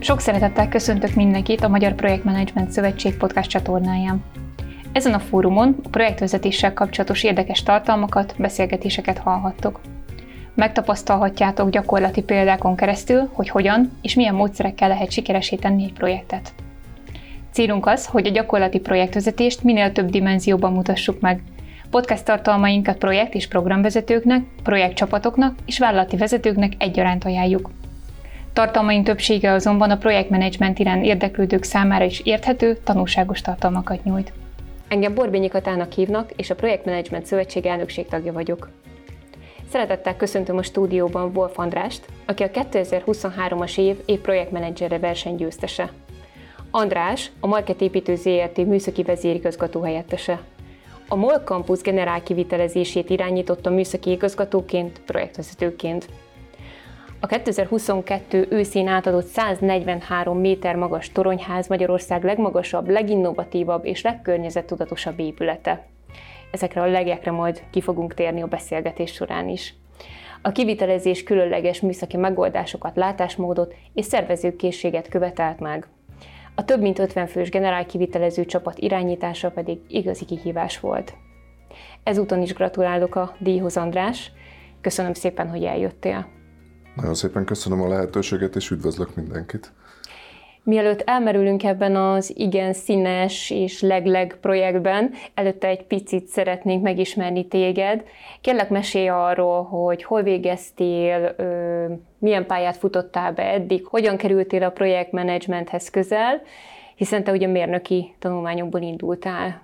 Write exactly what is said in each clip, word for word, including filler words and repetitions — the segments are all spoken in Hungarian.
Sok szeretettel köszöntök mindenkit a Magyar Projektmenedzsment Szövetség podcast csatornáján. Ezen a fórumon a projektvezetéssel kapcsolatos érdekes tartalmakat, beszélgetéseket hallhattok. Megtapasztalhatjátok gyakorlati példákon keresztül, hogy hogyan és milyen módszerekkel lehet sikeresé tenni egy projektet. Célunk az, hogy a gyakorlati projektvezetést minél több dimenzióban mutassuk meg. Podcast tartalmainkat projekt- és programvezetőknek, projektcsapatoknak és vállalati vezetőknek egyaránt ajánljuk. Tartalmaink többsége azonban a projektmenedzsment iránt érdeklődők számára is érthető, tanulságos tartalmakat nyújt. Engem Borbényi Katának hívnak, és a Projektmenedzsment Szövetség elnökség tagja vagyok. Szeretettel köszöntöm a stúdióban Wolf Andrást, aki a kétezer-huszonháromas év év projektmenedzsere versenygyőztese. András a Market Építő zé er té műszaki vezérigazgató helyettese. A MOL Campus generál kivitelezését irányította műszaki igazgatóként, projektvezetőként. A kétezer-huszonkettő őszén átadott száznegyvenhárom méter magas toronyház Magyarország legmagasabb, leginnovatívabb és legkörnyezettudatosabb épülete. Ezekre a legekre majd ki fogunk térni a beszélgetés során is. A kivitelezés különleges műszaki megoldásokat, látásmódot és szervezőkészséget követelt meg. A több mint ötven fős generál kivitelező csapat irányítása pedig igazi kihívás volt. Ezúton is gratulálok a díjhoz, András. Köszönöm szépen, hogy eljöttél. Nagyon szépen köszönöm a lehetőséget, és üdvözlök mindenkit. Mielőtt elmerülünk ebben az igen színes és leg-leg projektben, előtte egy picit szeretnénk megismerni téged. Kérlek, mesélj arról, hogy hol végeztél, milyen pályát futottál be eddig, hogyan kerültél a projektmenedzsmenthez közel, hiszen te ugye mérnöki tanulmányokból indultál.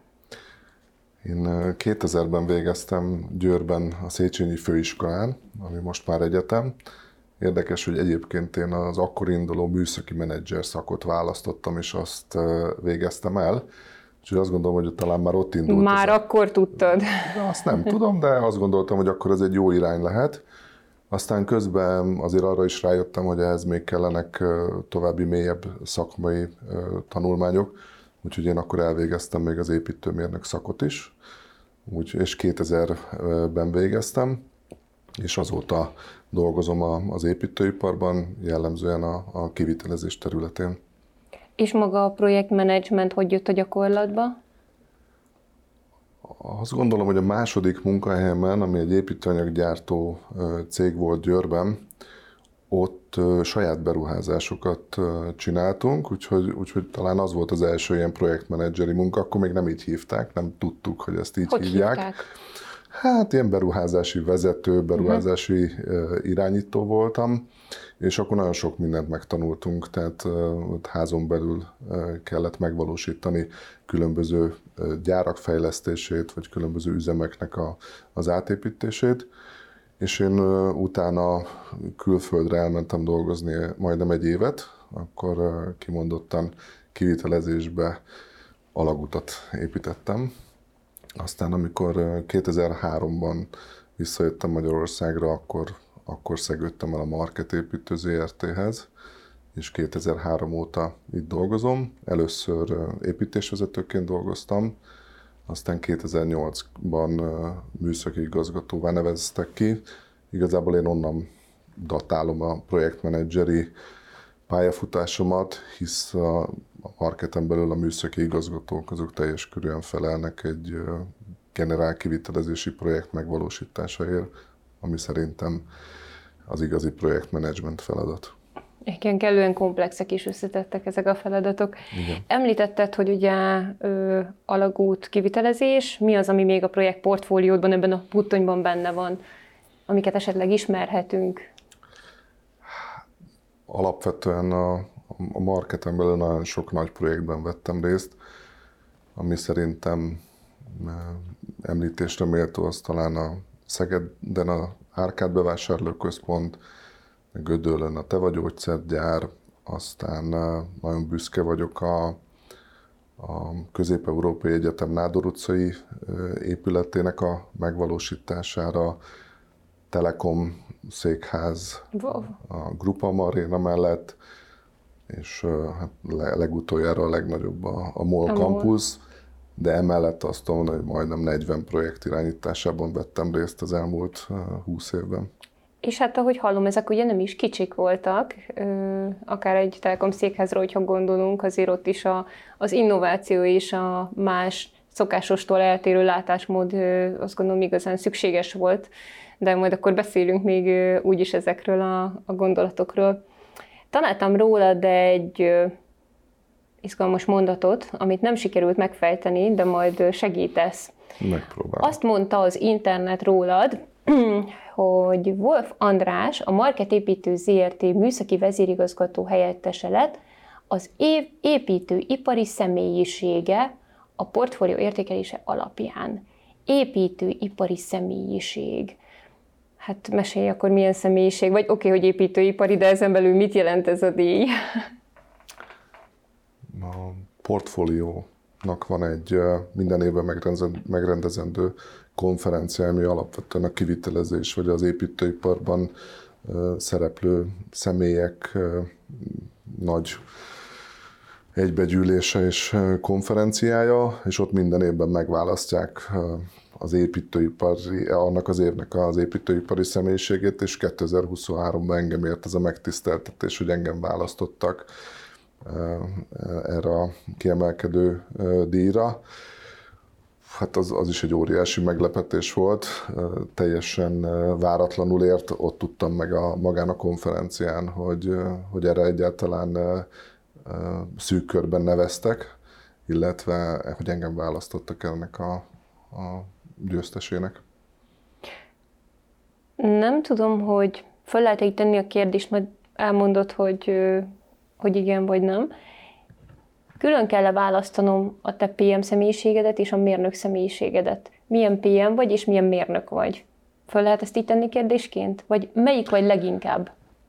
Én kétezerben végeztem Győrben a Széchenyi Főiskolán, ami most már egyetem. Érdekes, hogy egyébként én az akkor induló műszaki menedzser szakot választottam, és azt végeztem el. Úgyhogy azt gondolom, hogy talán már ott indult. Már akkor tudtad? De azt nem tudom, de azt gondoltam, hogy akkor ez egy jó irány lehet. Aztán közben azért arra is rájöttem, hogy ehhez még kellenek további mélyebb szakmai tanulmányok. Úgyhogy én akkor elvégeztem még az építőmérnök szakot is. Úgy, és kétezerben végeztem, és azóta dolgozom az építőiparban, jellemzően a, a kivitelezés területén. És maga a projektmenedzsment hogy jött a gyakorlatba? Azt gondolom, hogy a második munkahelyemen, ami egy építőanyaggyártó cég volt Győrben, ott saját beruházásokat csináltunk, úgyhogy, úgyhogy talán az volt az első ilyen projektmenedzseri munka, akkor még nem így hívták, nem tudtuk, hogy ezt így hogy hívják. Hívták? Hát ilyen beruházási vezető, beruházási uh-huh. irányító voltam, és akkor nagyon sok mindent megtanultunk, tehát ott házon belül kellett megvalósítani különböző gyárak fejlesztését, vagy különböző üzemeknek a, az átépítését, és én utána külföldre elmentem dolgozni majdnem egy évet, akkor kimondottan kivitelezésbe alagutat építettem. Aztán amikor kétezer-háromban visszajöttem Magyarországra, akkor, akkor szegődtem el a Market Építő zé er té-hez, és kétezer-három óta itt dolgozom. Először építésvezetőként dolgoztam, aztán kétezer-nyolcban műszaki igazgatóvá neveztek ki. Igazából én onnan datálom a projektmenedzseri pályafutásomat, hisz a marketen belül a műszaki igazgatók azok teljes körűen felelnek egy generál kivitelezési projekt megvalósításáért, ami szerintem az igazi projektmenedzsment feladat. Igen, kellően komplexek és összetettek ezek a feladatok. Igen. Említetted, hogy ugye ö, alagút kivitelezés, mi az, ami még a projekt portfóliódban, ebben a puttonyban benne van, amiket esetleg ismerhetünk? Alapvetően a, a marketen belül nagyon sok nagy projektben vettem részt, ami szerintem említésre méltó, az talán a Szegeden a Árkád bevásárlóközpont, Gödöllön a Teva gyógyszergyár, aztán nagyon büszke vagyok a, a Közép-Európai Egyetem Nádor utcai épületének a megvalósítására, Telekom székház, wow. a Grupama Aréna mellett, és hát legutoljára a legnagyobb a, a MOL a Campus, de emellett azt mondom, hogy majdnem negyven projekt irányításában vettem részt az elmúlt húsz évben. És hát ahogy hallom, ezek ugye nem is kicsik voltak, akár egy Telekom székházra, hogyha gondolunk, azért ott is a, az innováció és a más szokásostól eltérő látásmód azt gondolom igazán szükséges volt, de majd akkor beszélünk még úgyis ezekről a, a gondolatokról. Találtam rólad egy izgalmas mondatot, amit nem sikerült megfejteni, de majd segítesz. Megpróbálom. Azt mondta az internet rólad, hogy Wolf András, a Market Építő zé er té műszaki vezérigazgató helyettese lett, az év építőipari személyisége a portfólió értékelése alapján. Építőipari személyiség. Hát mesélj akkor, milyen személyiség, vagy oké, okay, hogy építőipari, de ezen belül mit jelent ez a díj? A portfóliónak van egy minden évben megrendezendő konferencia, ami alapvetően a kivitelezés vagy az építőiparban szereplő személyek nagy egybegyűlése és konferenciája, és ott minden évben megválasztják az építőipari, annak az évnek az építőipari személyiségét, és kétezer-huszonháromban engem ért ez a megtiszteltetés, hogy engem választottak erre a kiemelkedő díjra. Hát az, az is egy óriási meglepetés volt, teljesen váratlanul ért, ott tudtam meg a, magán a konferencián, hogy, hogy erre egyáltalán szűk körben neveztek, illetve hogy engem választottak ennek a, a győztesének. Nem tudom, hogy föl lehet így tenni a kérdést, majd elmondod, hogy, hogy igen vagy nem. Külön kell-e választanom a te pé em személyiségedet és a mérnök személyiségedet? Milyen pé em vagy, és milyen mérnök vagy? Föl lehet ezt így tenni kérdésként? Vagy melyik vagy leginkább?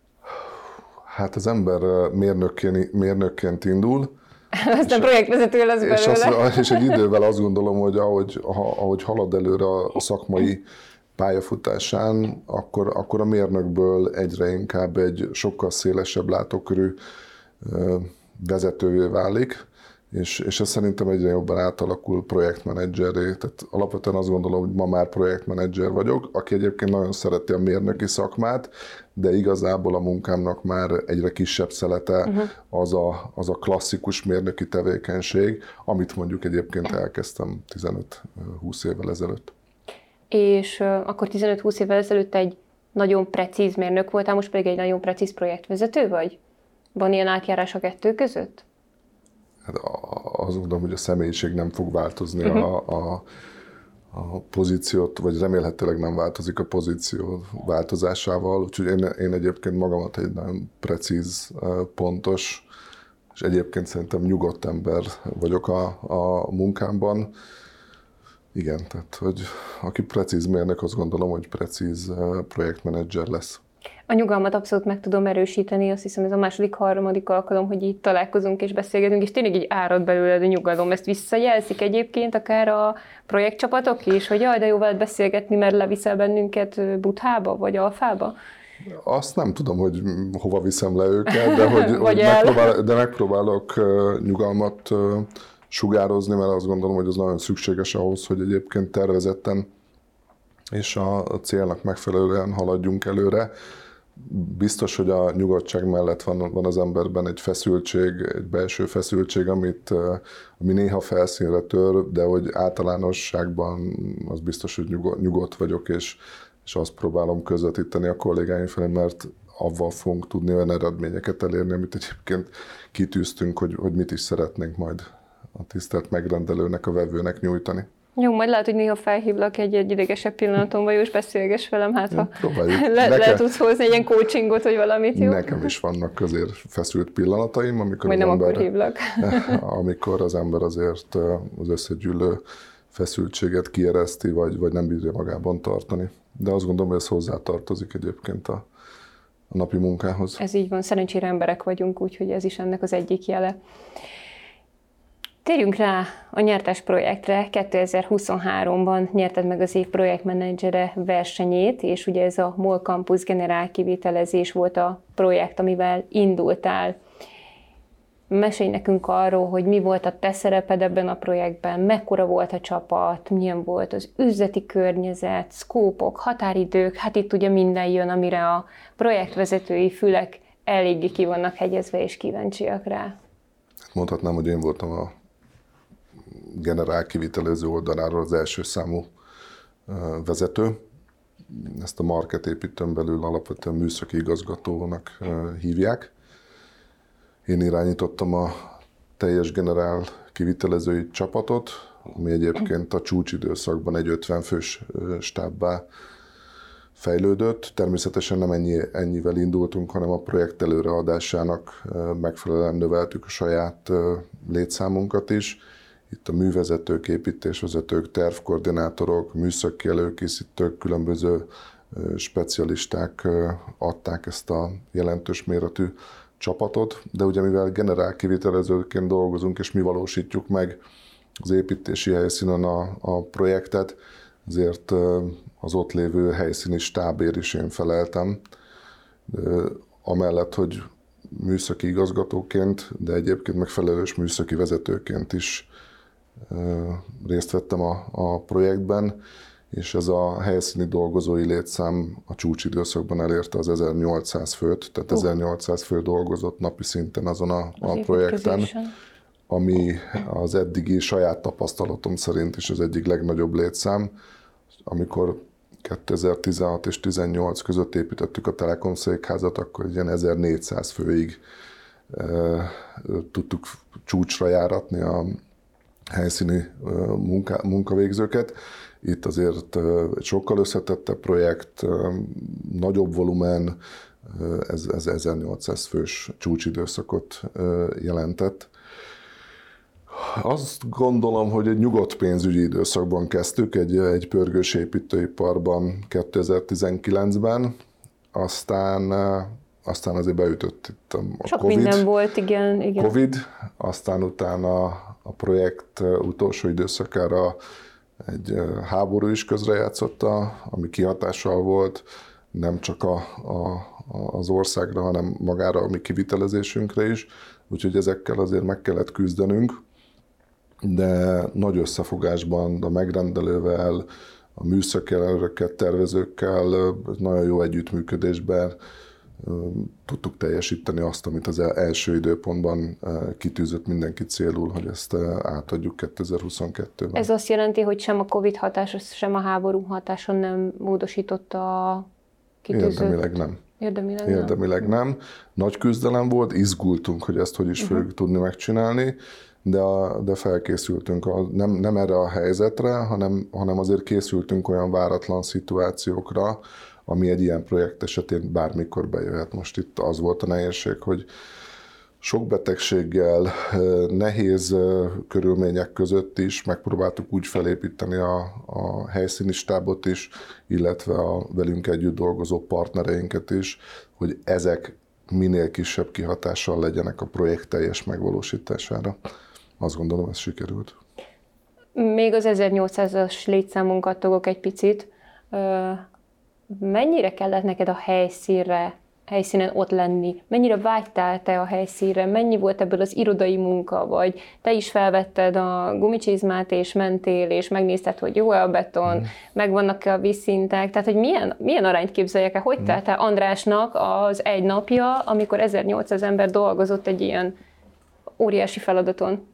Hát az ember mérnökként, mérnökként indul. Aztán projektvezető lesz belőle. És, az, és egy idővel azt gondolom, hogy ahogy, ahogy halad előre a szakmai pályafutásán, akkor, akkor a mérnökből egyre inkább egy sokkal szélesebb látókörű vezetővé válik, és, és ez szerintem egyre jobban átalakul projektmenedzserré. Tehát alapvetően azt gondolom, hogy ma már projektmenedzser vagyok, aki egyébként nagyon szereti a mérnöki szakmát, de igazából a munkámnak már egyre kisebb szelete uh-huh. az, a, az a klasszikus mérnöki tevékenység, amit mondjuk egyébként elkezdtem tizenöt-húsz évvel ezelőtt. És uh, akkor tizenöt-húsz évvel ezelőtt egy nagyon precíz mérnök voltál, most pedig egy nagyon precíz projektvezető vagy? Van ilyen átjárás a kettő között? Hát azt gondolom, hogy a személyiség nem fog változni uh-huh. a, a, a pozíciót, vagy remélhetőleg nem változik a pozíció változásával, úgyhogy én, én egyébként magamat egy nagyon precíz, pontos, és egyébként szerintem nyugodt ember vagyok a, a munkámban. Igen, tehát hogy aki precíz mérnök, azt gondolom, hogy precíz projektmenedzser lesz. A nyugalmat abszolút meg tudom erősíteni, azt hiszem ez a második, harmadik alkalom, hogy így találkozunk és beszélgetünk, és tényleg így árad belőled a nyugalom. Ezt visszajelzik egyébként akár a projektcsapatok is, hogy jaj, de jó veled beszélgetni, mert leviszel bennünket Buthába vagy Alfába? Azt nem tudom, hogy hova viszem le őket, de, hogy, hogy megpróbál, de megpróbálok nyugalmat sugározni, mert azt gondolom, hogy az nagyon szükséges ahhoz, hogy egyébként tervezetten és a célnak megfelelően haladjunk előre. Biztos, hogy a nyugodtság mellett van, van az emberben egy feszültség, egy belső feszültség, amit, ami néha felszínre tör, de hogy általánosságban az biztos, hogy nyugod, nyugodt vagyok, és, és azt próbálom közvetíteni a kollégáim felé, mert avval fogunk tudni olyan eredményeket elérni, amit egyébként kitűztünk, hogy, hogy mit is szeretnénk majd a tisztelt megrendelőnek, a vevőnek nyújtani. Jó, majd lehet, hogy néha felhívlak egy, egy idegesebb pillanaton, vagy most beszélgess velem, hát ha le, Nekem, le tudsz hozni egy ilyen coachingot, vagy valamit, jó? Nekem is vannak azért feszült pillanataim, amikor, majd az, nem ember, akkor hívlak. amikor az ember azért az összegyűlő feszültséget kiereszti, vagy, vagy nem bírja magában tartani. De azt gondolom, hogy ez hozzátartozik egyébként a, a napi munkához. Ez így van, szerencsére emberek vagyunk, úgyhogy ez is ennek az egyik jele. Térjünk rá a nyertes projektre. kétezer-huszonháromban nyerted meg az év projektmenedzsere versenyét, és ugye ez a MOL Campus generál kivitelezés volt a projekt, amivel indultál. Mesélj nekünk arról, hogy mi volt a te szereped ebben a projektben, mekkora volt a csapat, milyen volt az üzleti környezet, szkópok, határidők, hát itt ugye minden jön, amire a projektvezetői fülek eléggé ki vannak hegyezve és kíváncsiak rá. Mondhatnám, hogy én voltam a generál kivitelező oldaláról az első számú vezető. Ezt a marketépítőn belül alapvetően műszaki igazgatónak hívják. Én irányítottam a teljes generál kivitelezői csapatot, ami egyébként a csúcsidőszakban egy ötven fős stábbá fejlődött. Természetesen nem ennyi, ennyivel indultunk, hanem a projekt előreadásának megfelelően növeltük a saját létszámunkat is. Itt a művezetők, építésvezetők, tervkoordinátorok, műszaki előkészítők, különböző specialisták adták ezt a jelentős méretű csapatot, de ugye mivel generál kivitelezőként dolgozunk, és mi valósítjuk meg az építési helyszínen a, a projektet, ezért az ott lévő helyszíni stábért is én feleltem. Amellett, hogy műszaki igazgatóként, de egyébként meg felelős műszaki vezetőként is részt vettem a, a projektben, és ez a helyszíni dolgozói létszám a csúcsidőszakban elérte az ezernyolcszáz főt, tehát uh. ezernyolcszáz fő dolgozott napi szinten azon a, a projekten, ami az eddigi saját tapasztalatom szerint is az egyik legnagyobb létszám. Amikor kétezer-tizenhat és tizennyolc között építettük a Telekom székházat, akkor ilyen ezernégyszáz főig e, tudtuk csúcsra járatni a helyszíni munka, munkavégzőket. Itt azért egy sokkal összetettebb projekt, nagyobb volumen, ez, ez ezernyolcszáz fős csúcsidőszakot jelentett. Azt gondolom, hogy egy nyugodt pénzügyi időszakban kezdtük, egy, egy pörgős építőiparban kétezer-tizenkilencben, aztán, aztán azért beütött itt a Sok Covid. minden volt, igen, igen. Covid, aztán utána a projekt utolsó időszakára egy háború is közrejátszotta, ami kihatással volt nem csak a, a, az országra, hanem magára a mi kivitelezésünkre is, úgyhogy ezekkel azért meg kellett küzdenünk, de nagy összefogásban a megrendelővel, a műszaki elnökkel, tervezőkkel, nagyon jó együttműködésben tudtuk teljesíteni azt, amit az első időpontban kitűzött mindenki célul, hogy ezt átadjuk kétezer-huszonkettőben. Ez azt jelenti, hogy sem a Covid hatása, sem a háború hatása nem módosította a kitűzött? Érdemileg nem. Érdemileg, Érdemileg nem. nem. Nagy küzdelem volt, izgultunk, hogy ezt hogy is uh-huh. fogjuk tudni megcsinálni, de, a, de felkészültünk a, nem, nem erre a helyzetre, hanem, hanem azért készültünk olyan váratlan szituációkra, ami egy ilyen projekt esetén bármikor bejöhet. Most itt az volt a nehézség, hogy sok betegséggel, nehéz körülmények között is megpróbáltuk úgy felépíteni a, a helyszíni stábot is, illetve a velünk együtt dolgozó partnereinket is, hogy ezek minél kisebb kihatással legyenek a projekt teljes megvalósítására. Azt gondolom, ez sikerült. Még az ezernyolcszázas létszámunkat tagok egy picit. Mennyire kellett neked a helyszínre, helyszínen ott lenni? Mennyire vágytál te a helyszínre? Mennyi volt ebből az irodai munka? Vagy te is felvetted a gumicsizmát, és mentél, és megnézted, hogy jó-e a beton, mm. megvannak-e a vízszintek? Tehát, hogy milyen, milyen arányt képzeljek el? Hogy mm. telt el Andrásnak az egy napja, amikor ezernyolcszáz ember dolgozott egy ilyen óriási feladaton?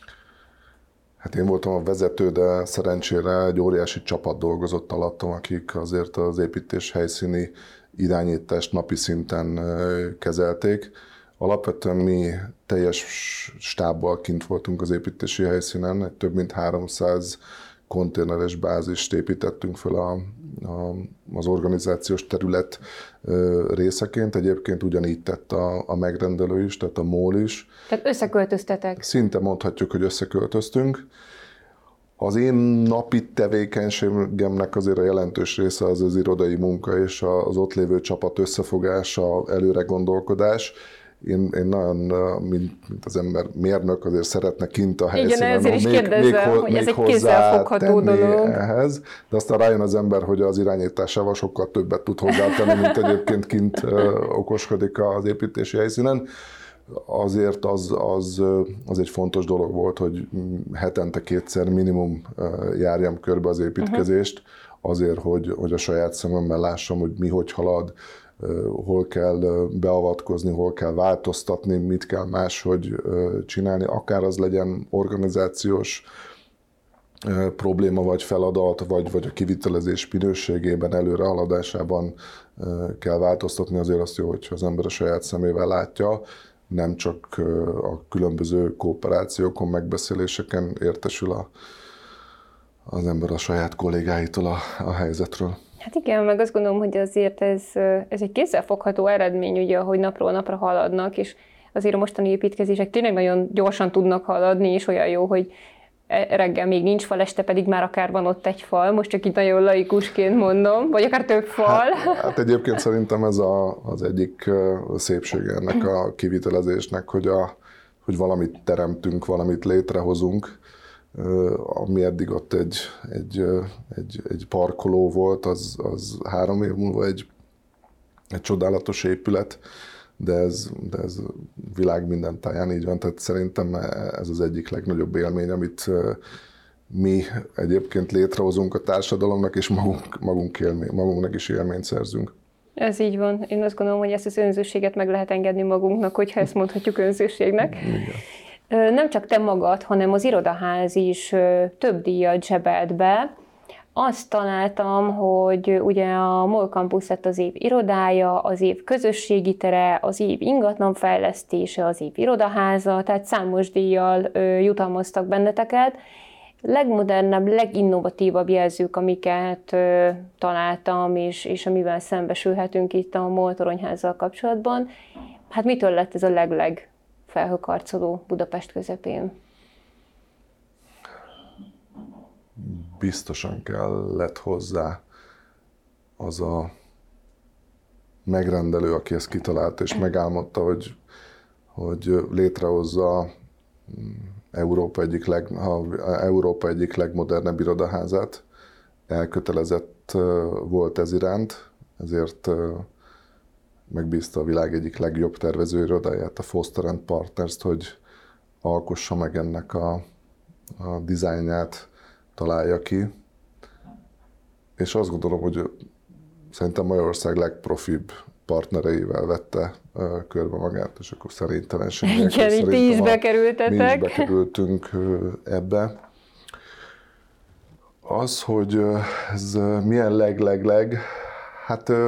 Hát én voltam a vezető, de szerencsére egy óriási csapat dolgozott alattam, akik azért az építés helyszíni irányítást napi szinten kezelték. Alapvetően mi teljes stábbal kint voltunk az építési helyszínen, egy több mint háromszáz konténeres bázist építettünk fel a, a, az organizációs terület részeként. Egyébként ugyanígy tett a, a megrendelő is, tehát a MOL is. Tehát összeköltöztetek? Szinte mondhatjuk, hogy összeköltöztünk. Az én napi tevékenységemnek azért a jelentős része az az irodai munka és az ott lévő csapat összefogása, előre gondolkodás. Én, én nagyon, mint, mint az ember mérnök, azért szeretne kint a helyszínen. Igen, ezért is még, kérdezem, még, hogy még ez egy kézzelfogható dolog. Ehhez, de aztán rájön az ember, hogy az irányításával sokkal többet tud hozzátenni, mint egyébként kint okoskodik az építési helyszínen. azért az, az, az egy fontos dolog volt, hogy hetente kétszer minimum járjam körbe az építkezést, azért, hogy, hogy a saját szememmel lássam, hogy mi hogy halad, hol kell beavatkozni, hol kell változtatni, mit kell máshogy csinálni, akár az legyen organizációs probléma, vagy feladat, vagy, vagy a kivitelezés minőségében, előrehaladásában kell változtatni, azért azt jó, hogyha az ember a saját szemével látja, nem csak a különböző kooperációkon, megbeszéléseken értesül a, az ember a saját kollégáitól a, a helyzetről. Hát igen, meg azt gondolom, hogy azért ez, ez egy kézzelfogható eredmény, ugye, ahogy napról napra haladnak, és azért a mostani építkezések tényleg nagyon gyorsan tudnak haladni, és olyan jó, hogy reggel még nincs fal, este pedig már akár van ott egy fal, most csak itt nagyon laikusként mondom, vagy akár több fal. Hát, hát egyébként szerintem ez a, az egyik szépsége ennek a kivitelezésnek, hogy, a, hogy valamit teremtünk, valamit létrehozunk, ami eddig ott egy, egy, egy, egy parkoló volt, az, az három év múlva egy, egy csodálatos épület, de ez, de ez világ minden táján így van, tehát szerintem ez az egyik legnagyobb élmény, amit mi egyébként létrehozunk a társadalomnak, és magunk, magunk élmény, magunknak is élményt szerzünk. Ez így van. Én azt gondolom, hogy ezt az önzőséget meg lehet engedni magunknak, hogyha ezt mondhatjuk önzőségnek. Igen. Nem csak te magad, hanem az irodaház is több díjat zsebelt be. Azt találtam, hogy ugye a MOL Campus lett az év irodája, az év közösségi tere, az év ingatlanfejlesztése, az év irodaháza, tehát számos díjjal jutalmaztak benneteket. Legmodernebb, leginnovatívabb jelzők, amiket találtam, és, és amivel szembesülhetünk itt a MOL Toronyházzal kapcsolatban. Hát mitől lett ez a legleg felhőkarcoló Budapest közepén? Biztosan kellett hozzá az a megrendelő, aki ezt kitalálta, és megálmodta, hogy, hogy létrehozza Európa egyik, leg, Európa egyik legmodernebb irodaházát. Elkötelezett volt ez iránt, ezért megbízta a világ egyik legjobb tervezőirodáját, a Foster and Partners-t, hogy alkossa meg ennek a, a dizájnját, találja ki. És azt gondolom, hogy szerintem Magyarország legprofibb partnereivel vette uh, körbe magát, és akkor szerintelenség nélkül. Igen, itt ti is bekerültetek. Mi is bekerültünk uh, ebbe. Az, hogy uh, ez uh, milyen leg-leg-leg, hát uh,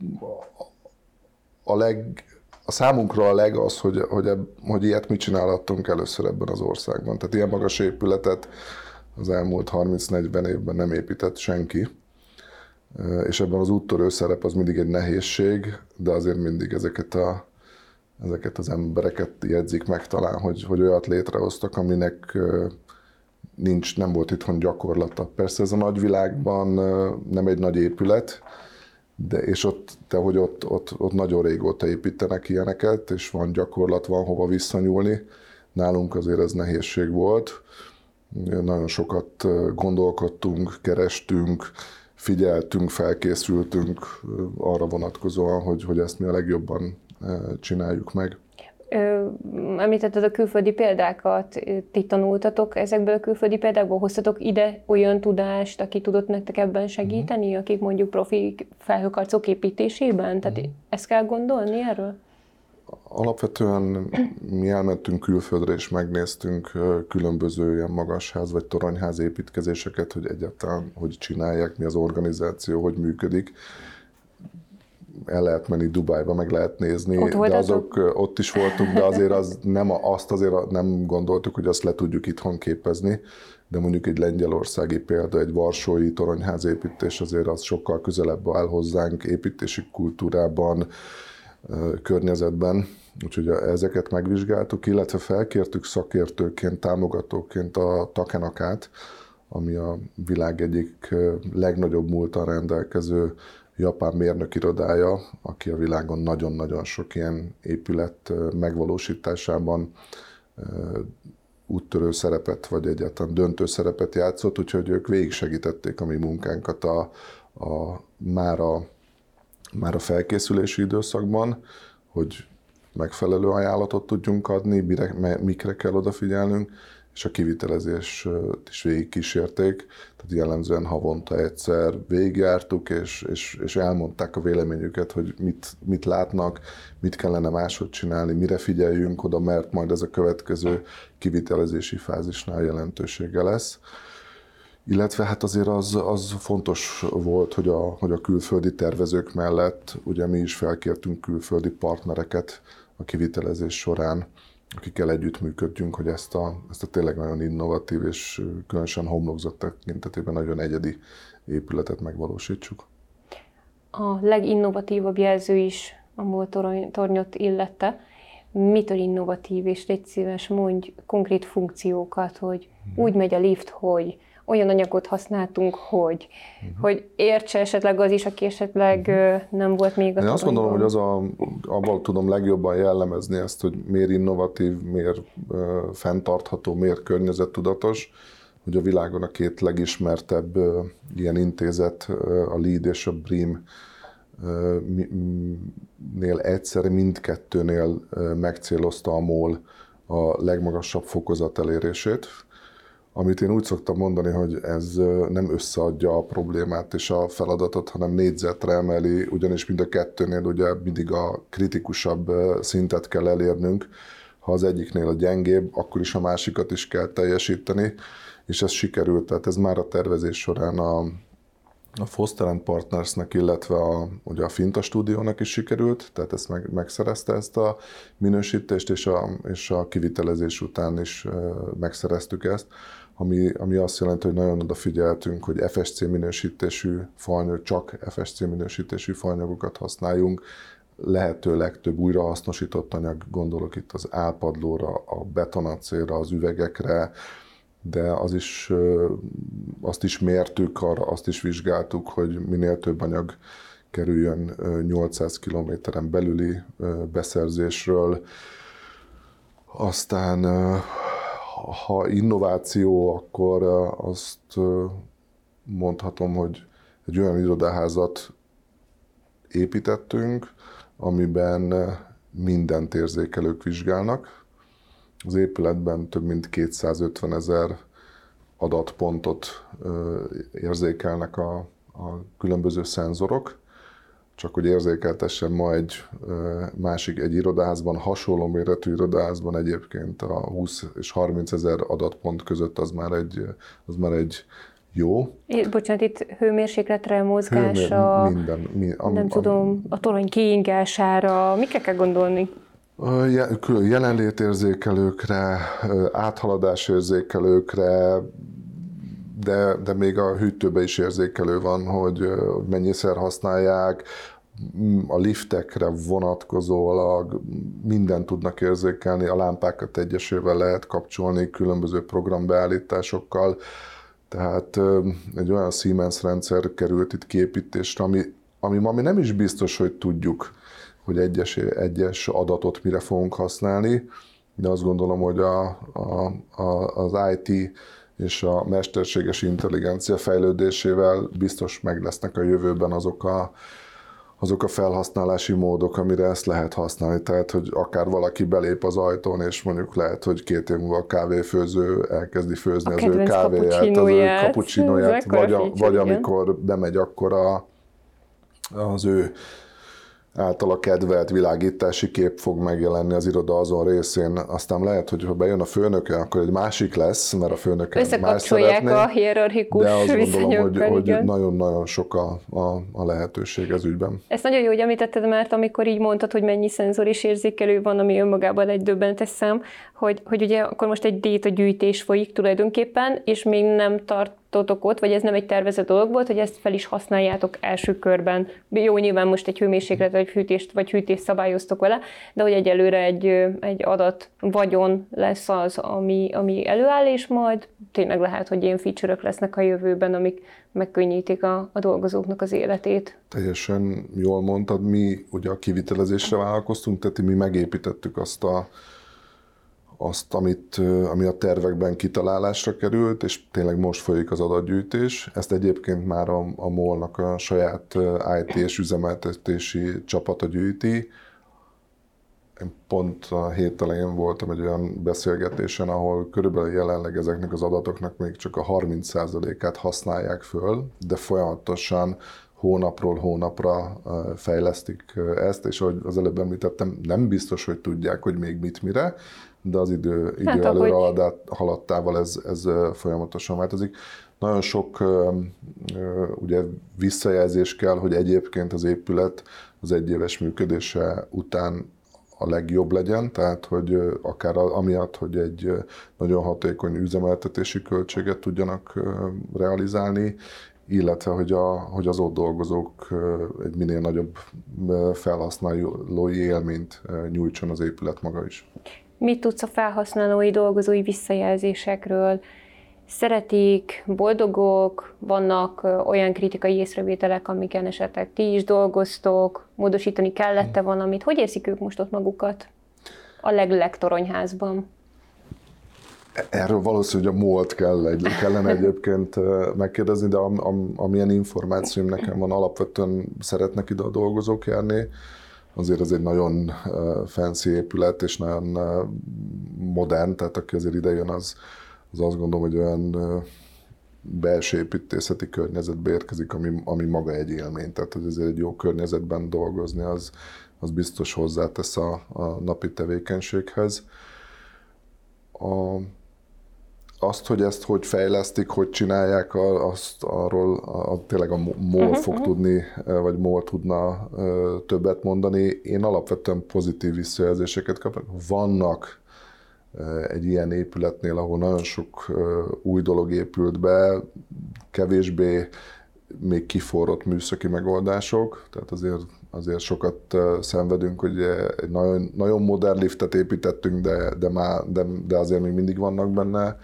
a leg, a számunkra a leg az, hogy, hogy, eb, hogy ilyet mit csinálhattunk először ebben az országban. Tehát ilyen magas épületet az elmúlt harminc-negyven évben nem épített senki. És ebben az úttörő szerep az mindig egy nehézség, de azért mindig ezeket, a, ezeket az embereket jegyzik meg talán, hogy, hogy olyat létrehoztak, aminek nincs, nem volt itthon gyakorlata. Persze ez a nagyvilágban nem egy nagy épület, de, és ott, de hogy ott, ott, ott nagyon régóta építenek ilyeneket, és van gyakorlat, van hova visszanyúlni. Nálunk azért ez nehézség volt. Nagyon sokat gondolkodtunk, kerestünk, figyeltünk, felkészültünk arra vonatkozóan, hogy, hogy ezt mi a legjobban csináljuk meg. Említetted a külföldi példákat, ti tanultatok ezekből a külföldi példákból, hoztatok ide olyan tudást, aki tudott nektek ebben segíteni, uh-huh. akik mondjuk profi felhőkarcolók építésében? Tehát uh-huh. ezt kell gondolni erről? Alapvetően mi elmentünk külföldre, és megnéztünk különböző ilyen magasház vagy toronyház építkezéseket, hogy egyáltalán hogy csinálják, mi az organizáció, hogy működik. El lehet menni Dubájba, meg lehet nézni, ott de azok ott is voltunk, de azért az nem, azt azért nem gondoltuk, hogy azt le tudjuk itthon képezni, de mondjuk egy lengyelországi példa, egy varsói toronyház építés azért az sokkal közelebb áll hozzánk építési kultúrában, környezetben, úgyhogy ezeket megvizsgáltuk, illetve felkértük szakértőként, támogatóként a Takenakát, ami a világ egyik legnagyobb múlttal rendelkező japán mérnökirodája, aki a világon nagyon-nagyon sok ilyen épület megvalósításában úttörő szerepet, vagy egyáltalán döntő szerepet játszott, úgyhogy ők végig segítették a mi munkánkat a, a, már, a, már a felkészülési időszakban, hogy megfelelő ajánlatot tudjunk adni, mire, mikre kell odafigyelnünk, és a kivitelezést is végigkísérték, tehát jellemzően havonta egyszer végigjártuk, és, és, és elmondták a véleményüket, hogy mit, mit látnak, mit kellene máshogy csinálni, mire figyeljünk oda, mert majd ez a következő kivitelezési fázisnál jelentősége lesz. Illetve hát azért az, az fontos volt, hogy a, hogy a külföldi tervezők mellett ugye mi is felkértünk külföldi partnereket a kivitelezés során, akikkel együttműködjünk, hogy ezt a, ezt a tényleg nagyon innovatív és különösen homlokzat tekintetében nagyon egyedi épületet megvalósítsuk. A leginnovatívabb jelző is a MOL tornyot illette. Mitől innovatív, és légy szíves, mondj konkrét funkciókat, hogy hmm. úgy megy a lift, hogy olyan anyagot használtunk, hogy, uh-huh. hogy értse esetleg az is, aki esetleg uh-huh. nem volt még a Én azt gondolom, hogy az a, abban tudom legjobban jellemezni ezt, hogy miért innovatív, miért uh, fenntartható, miért környezettudatos, hogy a világon a két legismertebb uh, ilyen intézet, uh, a LEED és a BREEAM uh, nél egyszerre mindkettőnél uh, megcélozta a MOL a legmagasabb fokozat elérését, amit én úgy szoktam mondani, hogy ez nem összeadja a problémát és a feladatot, hanem négyzetre emeli, ugyanis mind a kettőnél ugye mindig a kritikusabb szintet kell elérnünk. Ha az egyiknél a gyengébb, akkor is a másikat is kell teljesíteni, és ez sikerült. Tehát ez már a tervezés során a, a Foster and Partnersnek, illetve a, ugye a Finta stúdiónak is sikerült, tehát ezt meg, megszerezte ezt a minősítést, és a, és a kivitelezés után is megszereztük ezt. Ami, ami azt jelenti, hogy nagyon odafigyeltünk, hogy ef es cé minősítésű faanyag, csak ef es cé minősítésű faanyagokat használjunk, lehető legtöbb újrahasznosított anyag, gondolok itt az állpadlóra, a betonacélra, az üvegekre, de az is, azt is mértük, arra azt is vizsgáltuk, hogy minél több anyag kerüljön nyolcszáz kilométeren belüli beszerzésről. Aztán ha innováció, akkor azt mondhatom, hogy egy olyan irodaházat építettünk, amiben mindent érzékelők vizsgálnak. Az épületben több mint kétszázötven ezer adatpontot érzékelnek a, a különböző szenzorok. Csak hogy érzékeltessen ma egy másik, egy irodaházban, hasonló méretű irodaházban egyébként a húsz és harminc ezer adatpont között az már egy, az már egy jó. É, bocsánat, itt hőmérsékletre, mozgásra, Hőmér, minden, mi, am, nem am, tudom, a torony kiingására, mikre kell gondolni? Külön jelenlétérzékelőkre, áthaladásérzékelőkre, de, de még a hűtőben is érzékelő van, hogy mennyiszer használják, a liftekre vonatkozólag mindent tudnak érzékelni, a lámpákat egyesével lehet kapcsolni különböző programbeállításokkal, tehát egy olyan Siemens rendszer került itt kiépítésre, ami, ami ma mi nem is biztos, hogy tudjuk, hogy egyes, egyes adatot mire fogunk használni, de azt gondolom, hogy a, a, a, az i té és a mesterséges intelligencia fejlődésével biztos meg lesznek a jövőben azok a, azok a felhasználási módok, amire ezt lehet használni. Tehát, hogy akár valaki belép az ajtón, és mondjuk lehet, hogy két év múlva a kávéfőző elkezdi főzni a az ő kávéját, az ő kapucsinóját, vagy, a, vagy amikor bemegy, akkor a, az ő általa kedvelt világítási kép fog megjelenni az iroda azon részén. Aztán lehet, hogy ha bejön a főnöke, akkor egy másik lesz, mert a főnöke más szeretné. a hierarchikus de azt gondolom, hogy, hogy nagyon-nagyon sok a, a, a lehetőség ez ügyben. Ez nagyon jó, hogy említetted, mert amikor így mondtad, hogy mennyi szenzor és érzékelő van, ami önmagában egy döbbenetes szám, hogy, hogy ugye akkor most egy détagyűjtés folyik tulajdonképpen, és még nem tartotok ott, vagy ez nem egy tervezett dolog volt, hogy ezt fel is használjátok első körben. Jó, nyilván most egy hőmérséklet, vagy hűtést, vagy hűtést szabályoztok vele, de hogy egyelőre egy, egy adat vagyon lesz az, ami, ami előáll, és majd tényleg lehet, hogy ilyen feature-ök lesznek a jövőben, amik megkönnyítik a, a dolgozóknak az életét. Teljesen jól mondtad, mi ugye a kivitelezésre vállalkoztunk, tehát mi megépítettük azt a azt, amit, ami a tervekben kitalálásra került, és tényleg most folyik az adatgyűjtés. Ezt egyébként már a, a MOL-nak a saját i té és üzemeltetési csapata gyűjti. Én pont a hét elején voltam egy olyan beszélgetésen, ahol körülbelül jelenleg ezeknek az adatoknak még csak a harminc százalékát használják föl, de folyamatosan hónapról hónapra fejlesztik ezt, és ahogy az előbb említettem, nem biztos, hogy tudják, hogy még mit mire, de az idő, idő hát, előre ahogy... haladtával ez, ez folyamatosan változik. Nagyon sok ugye, visszajelzés kell, hogy egyébként az épület az egyéves működése után a legjobb legyen, tehát hogy akár amiatt, hogy egy nagyon hatékony üzemeltetési költséget tudjanak realizálni, illetve hogy, a, hogy az ott dolgozók egy minél nagyobb felhasználói élményt nyújtson az épület maga is. Mit tudsz a felhasználói, dolgozói visszajelzésekről? Szeretik, boldogok, vannak olyan kritikai észrevételek, amiken esetleg ti is dolgoztok, módosítani kellett-e valamit? Hogy érzik ők most ott magukat a leg-legtoronyházban? Erről valószínűleg a múlt kell, egy, kellene egyébként megkérdezni, de am, am, amilyen információm nekem van, alapvetően szeretnek ide a dolgozók járni. Azért ez egy nagyon fancy épület, és nagyon modern, tehát aki azért ide jön, az, az azt gondolom, hogy olyan belső építészeti környezetbe érkezik, ami, ami maga egy élmény. Tehát, hogy azért egy jó környezetben dolgozni, az, az biztos hozzátesz a, a napi tevékenységhez. A, azt, hogy ezt hogy fejlesztik, hogy csinálják, azt arról a, tényleg a MOL uh-huh, fog uh-huh. tudni, vagy MOL tudna többet mondani. Én alapvetően pozitív visszajelzéseket kapok. Vannak egy ilyen épületnél, ahol nagyon sok új dolog épült be, kevésbé még kiforrott műszaki megoldások, tehát azért, azért sokat szenvedünk, hogy egy nagyon, nagyon modern liftet építettünk, de, de, már, de, de azért még mindig vannak benne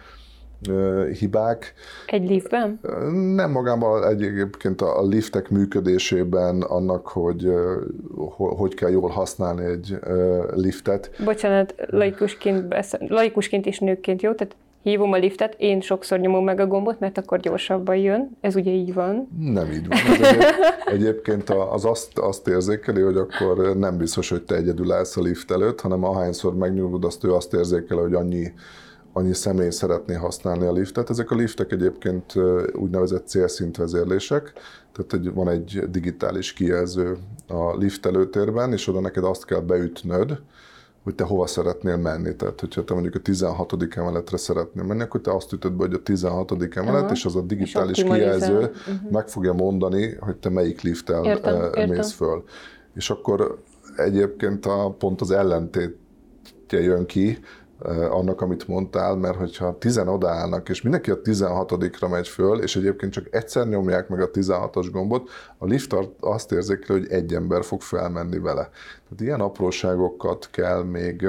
hibák. Egy liftben? Nem magában, egyébként a liftek működésében, annak, hogy hogy kell jól használni egy liftet. Bocsánat, laikusként, beszél, laikusként és nőként, jó? Tehát hívom a liftet, én sokszor nyomom meg a gombot, mert akkor gyorsabban jön. Ez ugye így van? Nem így van. Ez egyéb, egyébként az azt, azt érzékeli, hogy akkor nem biztos, hogy te egyedül állsz a lift előtt, hanem ahányszor megnyugodsz, azt ő azt érzékeli, hogy annyi annyi személy szeretné használni a liftet. Ezek a liftek egyébként úgynevezett célszintvezérlések, tehát egy, van egy digitális kijelző a lift előtérben, és oda neked azt kell beütnöd, hogy te hova szeretnél menni. Tehát, hogyha te mondjuk a tizenhatodik emeletre szeretnél menni, akkor te azt ütöd be, hogy a tizenhatodik emelet, uh-huh. és az a digitális kijelző uh-huh. meg fogja mondani, hogy te melyik lifttel értem, mész értem. föl. És akkor egyébként a, pont az ellentétje jön ki, annak, amit mondtál, mert hogyha tizen odaállnak, és mindenki a tizenhatodikra megy föl, és egyébként csak egyszer nyomják meg a tizenhatos gombot, a lift azt érzékeli, hogy egy ember fog felmenni vele. Tehát ilyen apróságokat kell még,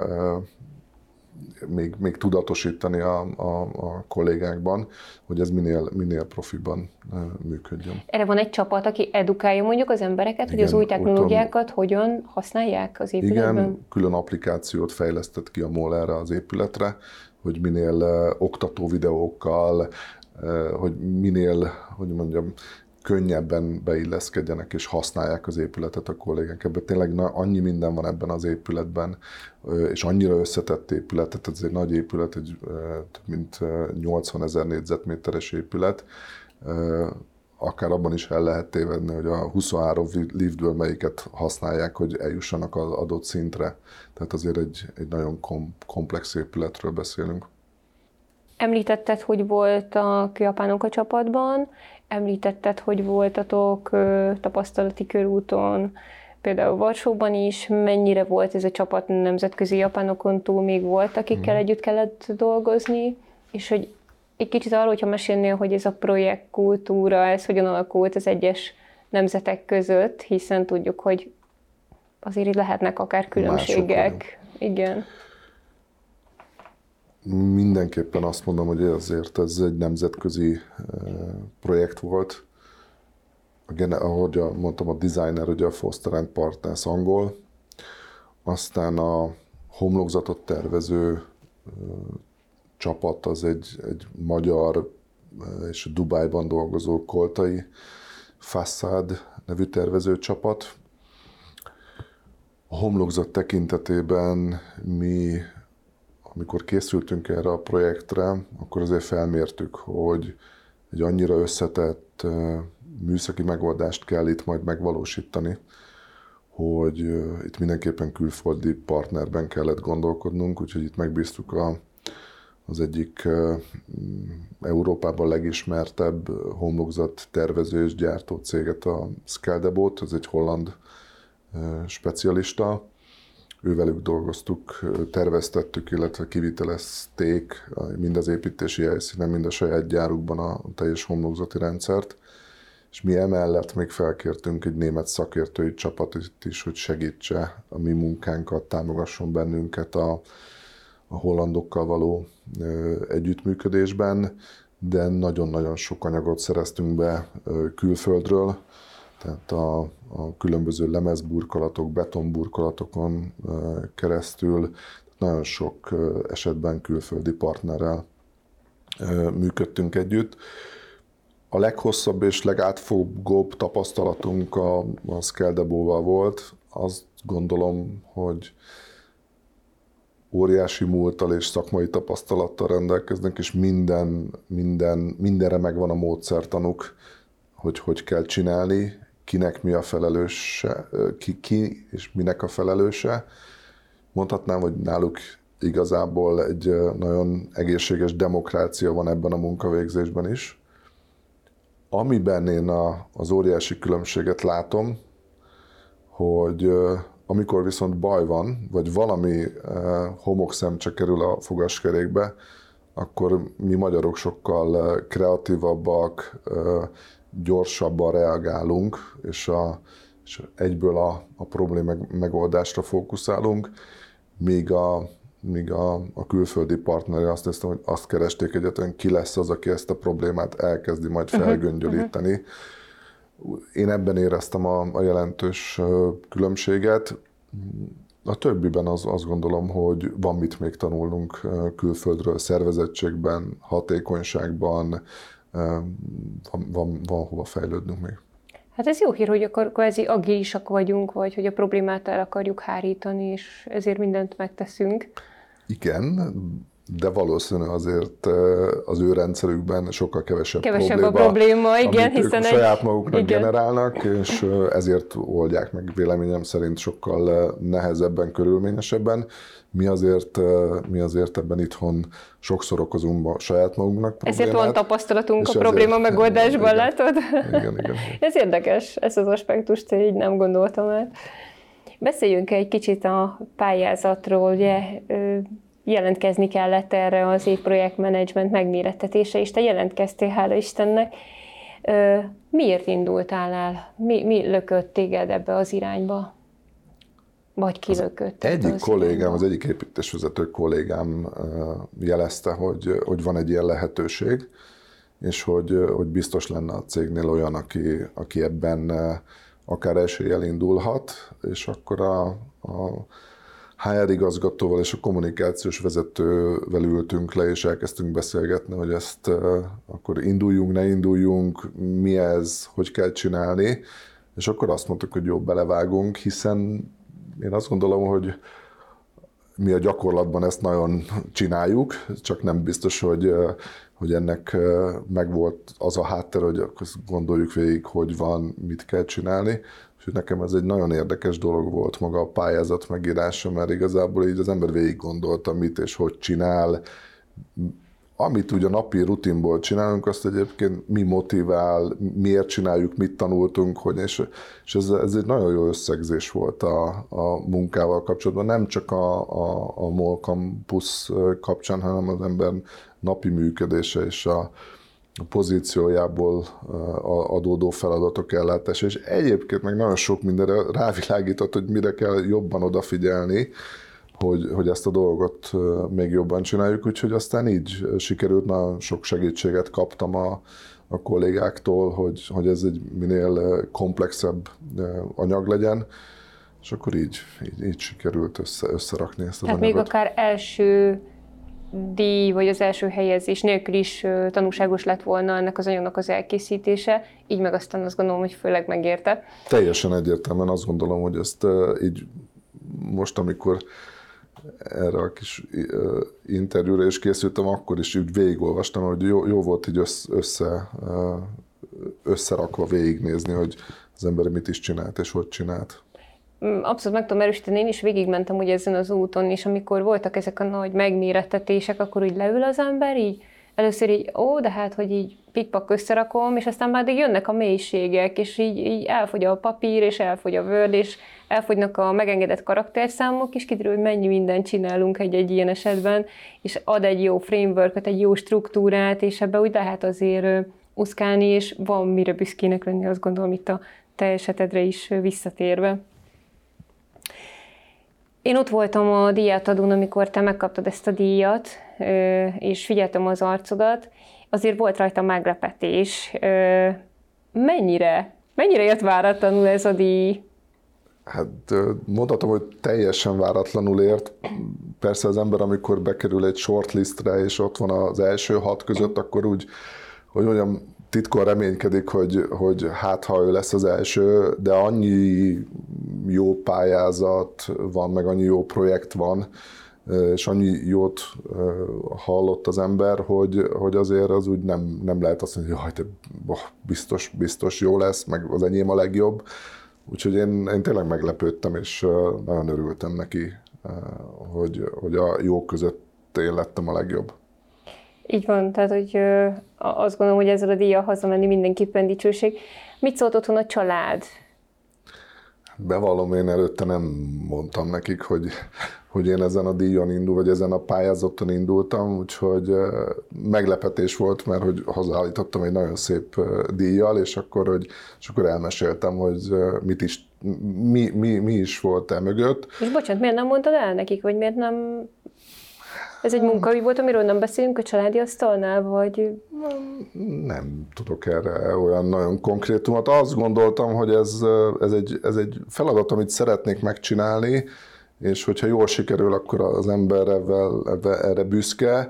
még, még tudatosítani a, a, a kollégákban, hogy ez minél, minél profiban működjön. Erre van egy csapat, aki edukálja mondjuk az embereket, igen, hogy az új technológiákat hogyan használják az épületben? Igen, külön applikációt fejlesztett ki a MOL erre az épületre, hogy minél uh, oktató videókkal, uh, hogy minél, hogy mondjam, könnyebben beilleszkedjenek és használják az épületet a kollégák. Ebben tényleg na, annyi minden van ebben az épületben, és annyira összetett épület, tehát ez egy nagy épület, egy több mint nyolcvanezer négyzetméteres épület, akár abban is el lehet tévedni, hogy a huszonhárom liftből melyiket használják, hogy eljussanak az adott szintre. Tehát azért egy, egy nagyon kom, komplex épületről beszélünk. Említetted, hogy voltak japánok a csapatban, említetted, hogy voltatok tapasztalati körúton, például Varsóban is. Mennyire volt ez a csapat nemzetközi japánokon túl, még volt, akikkel hmm. együtt kellett dolgozni, és hogy egy kicsit arról, hogyha mesélnél, hogy ez a projektkultúra, ez hogyan alakult az egyes nemzetek között, hiszen tudjuk, hogy azért itt lehetnek akár különbségek. Igen. Mindenképpen azt mondom, hogy azért ez egy nemzetközi projekt volt. Ahogy mondtam, a designer, ugye a Foster and Partners angol, aztán a homlokzatot tervező csapat az egy, egy magyar és Dubájban dolgozó koltai Fassad nevű tervező csapat. A homlokzat tekintetében mi, amikor készültünk erre a projektre, akkor azért felmértük, hogy egy annyira összetett műszaki megoldást kell itt majd megvalósítani, hogy itt mindenképpen külföldi partnerben kellett gondolkodnunk, úgyhogy itt megbíztuk a, az egyik Európában legismertebb homlokzat tervező és gyártó céget, a Skeldebót, ez egy holland specialista. Ővelük dolgoztuk, terveztettük, illetve kivitelezték mind az építési helyszínen, mind a saját gyárukban a teljes homlokzati rendszert. És mi emellett még felkértünk egy német szakértői csapatot is, hogy segítse a mi munkánkat, támogasson bennünket a, a hollandokkal való ö, együttműködésben, de nagyon-nagyon sok anyagot szereztünk be ö, külföldről, tehát a, a különböző lemezburkolatok, betonburkolatokon ö, keresztül nagyon sok ö, esetben külföldi partnerrel ö, működtünk együtt. A leghosszabb és legátfogóbb tapasztalatunk a, a Skeldebóval volt. Azt gondolom, hogy óriási múlttal és szakmai tapasztalattal rendelkeznek, és minden, minden, mindenre megvan a módszertanuk, hogy hogy kell csinálni, kinek mi a felelőse, ki, ki és minek a felelőse. Mondhatnám, hogy náluk igazából egy nagyon egészséges demokrácia van ebben a munkavégzésben is. Amiben én a, az óriási különbséget látom, hogy amikor viszont baj van, vagy valami homokszemcse kerül a fogaskerékbe, akkor mi magyarok sokkal kreatívabbak, gyorsabban reagálunk, és, a, és egyből a, a probléma megoldásra fókuszálunk, míg a míg a, a külföldi partneri azt hiszem, hogy azt keresték egyetlen, ki lesz az, aki ezt a problémát elkezdi majd felgöngyölíteni. Uh-huh. Én ebben éreztem a, a jelentős különbséget. A többiben az, azt gondolom, hogy van mit még tanulnunk külföldről, szervezettségben, hatékonyságban, van, van, van hova fejlődnünk még. Hát ez jó hír, hogy akkor kvázi agilisak vagyunk, vagy hogy a problémát el akarjuk hárítani, és ezért mindent megteszünk. Igen, de valószínű azért az ő rendszerükben sokkal kevesebb, kevesebb probléma, a probléma, igen, amit hiszen ők saját maguknak igen. generálnak, és ezért oldják meg véleményem szerint sokkal nehezebben, körülményesebben. Mi azért, mi azért ebben itthon sokszor okozunk a saját magunknak problémát. Ezért van tapasztalatunk a probléma megoldásban, igen, látod? Igen, igen. Ez érdekes, ez az aspektust így nem gondoltam át. Beszéljünk egy kicsit a pályázatról, ugye jelentkezni kellett erre az évprojektmenedzsment megmérettetése, és te jelentkeztél, hála Istennek. Miért indultál el? Mi, mi lökött téged ebbe az irányba? Vagy ki lökött? Egyik kollégám, irányba? Az egyik építésvezető kollégám jelezte, hogy, hogy van egy ilyen lehetőség, és hogy, hogy biztos lenne a cégnél olyan, aki, aki ebben akár eséllyel indulhat, és akkor a, a há er igazgatóval és a kommunikációs vezetővel ültünk le, és elkezdtünk beszélgetni, hogy ezt uh, akkor induljunk, ne induljunk, mi ez, hogy kell csinálni, és akkor azt mondtuk, hogy jó, belevágunk, hiszen én azt gondolom, hogy mi a gyakorlatban ezt nagyon csináljuk, csak nem biztos, hogy, hogy ennek megvolt az a háttér, hogy gondoljuk végig, hogy van, mit kell csinálni. És nekem ez egy nagyon érdekes dolog volt maga a pályázat megírása, mert igazából így az ember végig gondolta, mit és hogy csinál. Amit ugye a napi rutinból csinálunk, azt egyébként mi motivál, miért csináljuk, mit tanultunk, hogy, és, és ez, ez egy nagyon jó összegzés volt a, a munkával kapcsolatban, nem csak a, a, a MOL Campus kapcsán, hanem az ember napi működése és a, a pozíciójából adódó feladatok ellátása, és egyébként meg nagyon sok mindenre rávilágított, hogy mire kell jobban odafigyelni, Hogy, hogy ezt a dolgot még jobban csináljuk, úgyhogy aztán így sikerült, nagyon sok segítséget kaptam a, a kollégáktól, hogy, hogy ez egy minél komplexebb anyag legyen, és akkor így, így, így sikerült össze, összerakni ezt az Tehát anyagot. még akár első díj, vagy az első helyezés nélkül is tanulságos lett volna ennek az anyagnak az elkészítése, így meg aztán azt gondolom, hogy főleg megérte. Teljesen egyértelműen azt gondolom, hogy ezt így most, amikor erre a kis interjúra is készültem, akkor is úgy végigolvastam, hogy jó, jó volt így össze, összerakva végignézni, hogy az ember mit is csinált és hogy csinált. Abszolút meg tudom erősíteni, én is végigmentem ugye ezen az úton, és amikor voltak ezek a nagy megmérettetések, akkor úgy leül az ember, így először így, ó, de hát, hogy így pikpak összerakom, és aztán már jönnek a mélységek, és így, így elfogy a papír, és elfogy a Word, és elfogynak a megengedett karakterszámok, és kiderül, hogy mennyi mindent csinálunk egy-egy ilyen esetben, és ad egy jó frameworköt, egy jó struktúrát, és ebbe úgy lehet azért uszkálni, és van mire büszkének lenni, azt gondolom itt a te esetedre is visszatérve. Én ott voltam a díjátadón, amikor te megkaptad ezt a díjat, és figyeltem az arcodat, azért volt rajta meglepetés. Mennyire? Mennyire jött váratlanul ez a díj? Hát mondhatom, hogy teljesen váratlanul ért. Persze az ember, amikor bekerül egy shortlistre, és ott van az első hat között, akkor úgy, hogy olyan titkon reménykedik, hogy, hogy hát ha ő lesz az első, de annyi jó pályázat van, meg annyi jó projekt van, és annyi jót hallott az ember, hogy, hogy azért az úgy nem, nem lehet azt mondani, hogy jaj, te, boh, biztos, biztos jó lesz, meg az enyém a legjobb. Úgyhogy én, én tényleg meglepődtem, és nagyon örültem neki, hogy, hogy a jók között én lettem a legjobb. Így van, tehát hogy azt gondolom, hogy ezzel a díjjal hazamenni mindenképpen dicsőség. Mit szólt otthon a család? Bevallom, én előtte nem mondtam nekik, hogy, hogy én ezen a díjon indul, vagy ezen a pályázaton indultam, úgyhogy meglepetés volt, mert hogy hazaállítottam egy nagyon szép díjjal, és akkor, hogy, és akkor elmeséltem, hogy mit is, mi, mi, mi is volt e mögött. És bocsánat, miért nem mondtad el nekik, vagy miért nem... Ez egy munkaügy volt, amiről nem beszélünk a családi asztalnál, vagy... Nem tudok erre olyan nagyon konkrétumot. Azt gondoltam, hogy ez, ez, egy, ez egy feladat, amit szeretnék megcsinálni, és hogyha jól sikerül, akkor az ember ebben, erre büszke,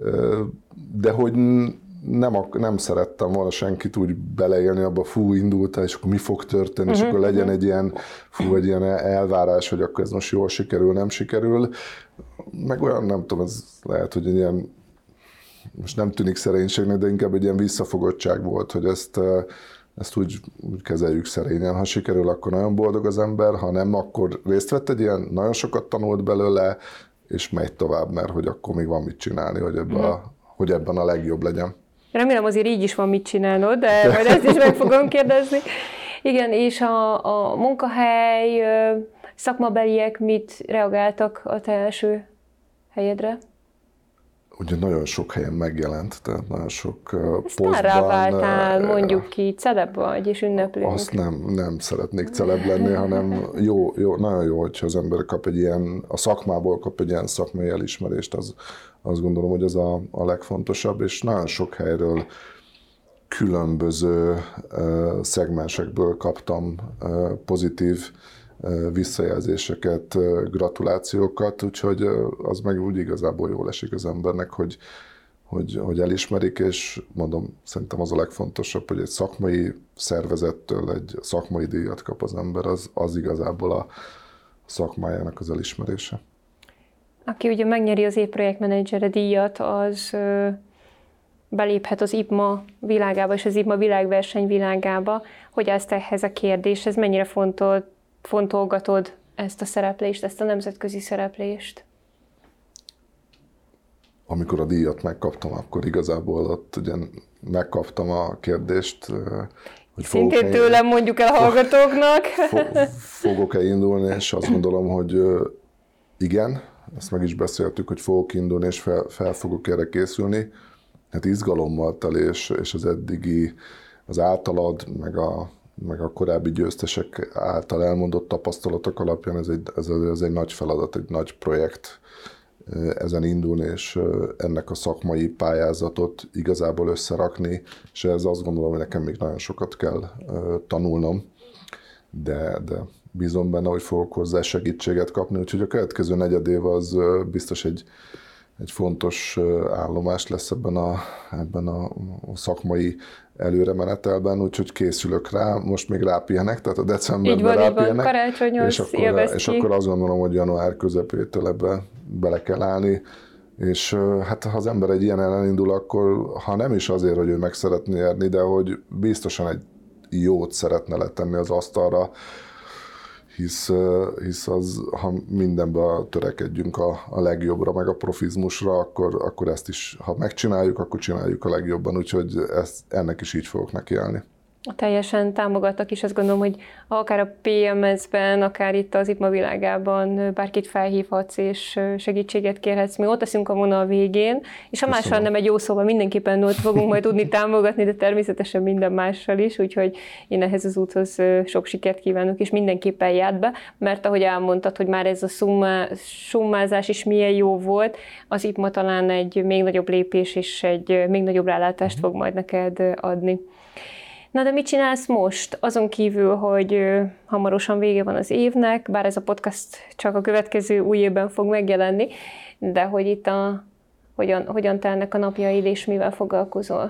de hogy nem, nem szerettem volna senkit úgy beleélni abba, fú, indultál, és akkor mi fog történni, uh-huh, és akkor legyen egy ilyen, fú, egy ilyen elvárás, hogy akkor ez most jól sikerül, nem sikerül. Meg olyan, nem tudom, ez lehet, hogy egy ilyen, most nem tűnik szerénységnek, de inkább egy ilyen visszafogottság volt, hogy ezt, ezt úgy, úgy kezeljük szerényen. Ha sikerül, akkor nagyon boldog az ember, ha nem, akkor részt vett egy ilyen, nagyon sokat tanult belőle, és megy tovább, mert hogy akkor még van mit csinálni, hogy ebben, uh-huh. a, hogy ebben a legjobb legyen. Remélem azért így is van mit csinálnod, de majd ezt is meg fogom kérdezni. Igen, és a, a munkahely, szakmabeliek mit reagáltak a te első helyedre? Ugye nagyon sok helyen megjelent, tehát nagyon sok posztban. Sztárrá váltál, mondjuk ki, celeb vagy, és ünneplünk. Azt nem, nem szeretnék celeb lenni, hanem jó, jó, nagyon jó, hogyha az ember kap egy ilyen, a szakmából kap egy ilyen szakmai elismerést, az, azt gondolom, hogy ez a, a legfontosabb, és nagyon sok helyről különböző uh, szegmensekből kaptam uh, pozitív visszajelzéseket, gratulációkat, úgyhogy az meg úgy igazából jól esik az embernek, hogy, hogy, hogy elismerik, és mondom, szerintem az a legfontosabb, hogy egy szakmai szervezettől egy szakmai díjat kap az ember, az, az igazából a szakmájának az elismerése. Aki ugye megnyeri az év projektmenedzsere díjat, az beléphet az i pé em á világába, és az i pé em á világverseny világába. Hogy állsz ehhez a kérdés? Ez mennyire fontos? Fontolgatod ezt a szereplést, ezt a nemzetközi szereplést? Amikor a díjat megkaptam, akkor igazából ott ugye megkaptam a kérdést, hogy szintén fogok tőlem mondjuk el a hallgatóknak. Fogok-e indulni, és azt gondolom, hogy igen, ezt meg is beszéltük, hogy fogok indulni, és fel, fel fogok erre készülni. Hát izgalommal teli, és, és az eddigi, az általad, meg a meg a korábbi győztesek által elmondott tapasztalatok alapján ez egy, ez, ez egy nagy feladat, egy nagy projekt ezen indulni, és ennek a szakmai pályázatot igazából összerakni, és ez azt gondolom, hogy nekem még nagyon sokat kell tanulnom, de, de bízom benne, hogy fogok hozzá segítséget kapni, úgyhogy a következő negyed év az biztos egy egy fontos állomás lesz ebben a, ebben a szakmai előremenetelben, úgyhogy készülök rá, most még rápihenek, tehát a decemberben rápihenek, és akkor, és akkor azt gondolom, hogy január közepétől ebbe bele kell állni, és hát ha az ember egy ilyen elindul, akkor ha nem is azért, hogy ő meg szeretné nyerni, de hogy biztosan egy jót szeretne letenni az asztalra, hisz, hisz az, ha mindenben törekedjünk a, a legjobbra, meg a profizmusra, akkor, akkor ezt is, ha megcsináljuk, akkor csináljuk a legjobban, úgyhogy ezt, ennek is így fogok nekiállni. Teljesen támogattak is, azt gondolom, hogy akár a pé em es-ben, akár itt az i pé em á világában bárkit felhívhatsz és segítséget kérhetsz. Mi ott leszünk a vonal végén, és ha mással nem egy jó szóval mindenképpen ott fogunk majd tudni támogatni, de természetesen minden mással is, úgyhogy én ehhez az úthoz sok sikert kívánok, és mindenképpen járd be, mert ahogy elmondtad, hogy már ez a summa, summázás is milyen jó volt, az i pé em á talán egy még nagyobb lépés és egy még nagyobb rálátást fog majd neked adni. Na de mit csinálsz most? Azon kívül, hogy hamarosan vége van az évnek, bár ez a podcast csak a következő új évben fog megjelenni, de hogy itt a, hogyan, hogyan telnek a napjaid, és mivel foglalkozol?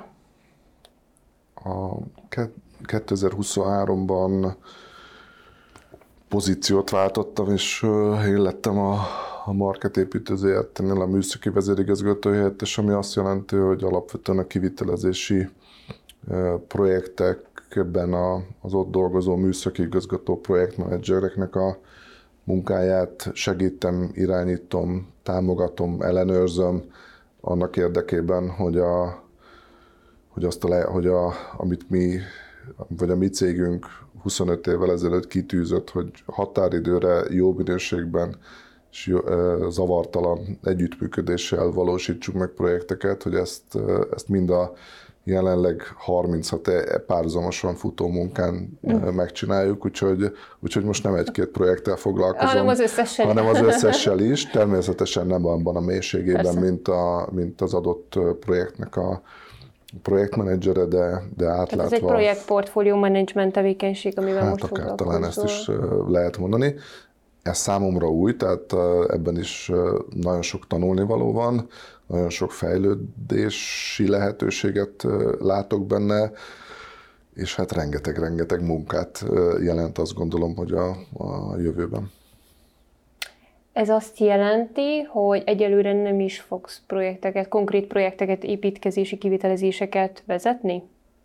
A kétezer-huszonháromban pozíciót váltottam, és én lettem a, a Market Zé er té-nél a műszaki vezérigazgató helyettes, ami azt jelenti, hogy alapvetően a kivitelezési projektekben az ott dolgozó műszaki igazgató projektmenedzsereknek a munkáját segítem, irányítom, támogatom, ellenőrzöm annak érdekében, hogy, a, hogy, azt a, hogy a, amit mi, vagy a mi cégünk huszonöt évvel ezelőtt kitűzött, hogy határidőre jó minőségben és jó, zavartalan együttműködéssel valósítsuk meg projekteket, hogy ezt, ezt mind a jelenleg harminchat párhuzamosan futó munkán mm. megcsináljuk, úgyhogy, úgyhogy most nem egy-két projekttel foglalkozom, hanem az összessel, hanem az összessel is. Természetesen nem abban a mélységében, mint, a, mint az adott projektnek a projektmenedzsere, de, de átlátva. Tehát ez egy projektportfólió management tevékenység, amivel hát most akár foglalkozol. Talán ezt is lehet mondani. Ez számomra új, tehát ebben is nagyon sok tanulnivaló van, nagyon sok fejlődési lehetőséget látok benne, és hát rengeteg-rengeteg munkát jelent, azt gondolom, hogy a, a jövőben. Ez azt jelenti, hogy egyelőre nem is fogsz projekteket, konkrét projekteket, építkezési kivitelezéseket vezetni?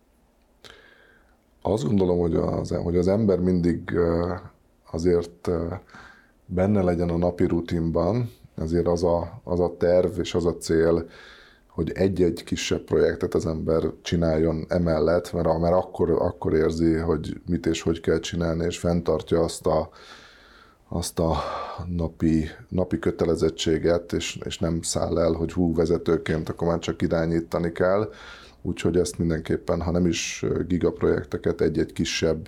Azt gondolom, hogy az, hogy az ember mindig azért benne legyen a napi rutinban, ezért az a, az a terv és az a cél, hogy egy-egy kisebb projektet az ember csináljon emellett, mert, mert akkor, akkor érzi, hogy mit és hogy kell csinálni, és fenntartja azt a, azt a napi, napi kötelezettséget, és, és nem száll el, hogy hú, vezetőként, akkor már csak irányítani kell. Úgyhogy ezt mindenképpen, ha nem is gigaprojekteket, egy-egy kisebb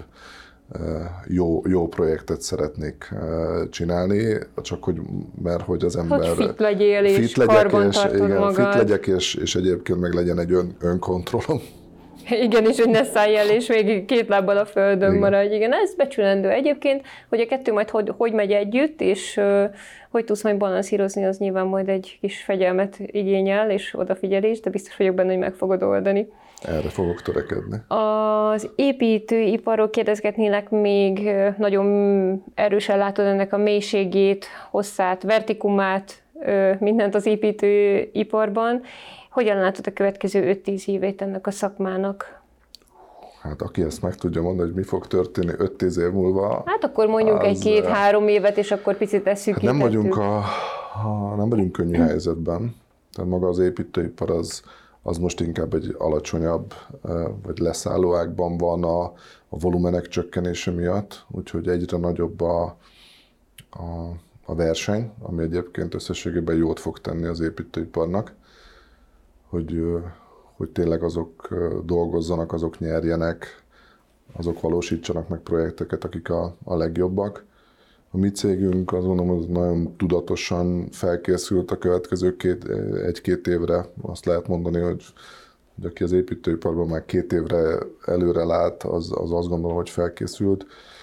Jó, jó projektet szeretnék csinálni, csak hogy, mert hogy az ember... Hogy fit legyél, és fit legyek, és, igen, magad. fit legyek, és, és egyébként meg legyen egy ön, önkontrollom. Igen, és hogy ne szálljál el, és még két lábbal a földön igen. maradj. Igen, ez becsülendő egyébként, hogy a kettő majd hogy, hogy megy együtt, és uh, hogy tudsz majd balanszírozni, az nyilván majd egy kis fegyelmet igényel, és odafigyelés, de biztos vagyok benne, hogy meg fogod oldani. Erre fogok törekedni. Az építőiparról kérdezgetnélek még, nagyon erősen látod ennek a mélységét, hosszát, vertikumát, mindent az építőiparban. Hogyan látod a következő öt-tíz évét ennek a szakmának? Hát aki ezt meg tudja mondani, hogy mi fog történni öt-tíz év múlva. Hát akkor mondjuk egy-két-három évet, és akkor picit eszűkítettük. Hát nem vagyunk, a, a, nem vagyunk könnyű helyzetben. Tehát maga az építőipar az, az most inkább egy alacsonyabb, vagy leszálló ágban van a, a volumenek csökkenése miatt, úgyhogy egyre nagyobb a, a, a verseny, ami egyébként összességében jót fog tenni az építőiparnak, hogy, hogy tényleg azok dolgozzanak, azok nyerjenek, azok valósítsanak meg projekteket, akik a, a legjobbak. A mi cégünk azt gondolom, hogy nagyon tudatosan felkészült a következő két, egy-két évre. Azt lehet mondani, hogy, hogy aki az építőiparban már két évre előre lát, az, az azt gondolom, hogy felkészült.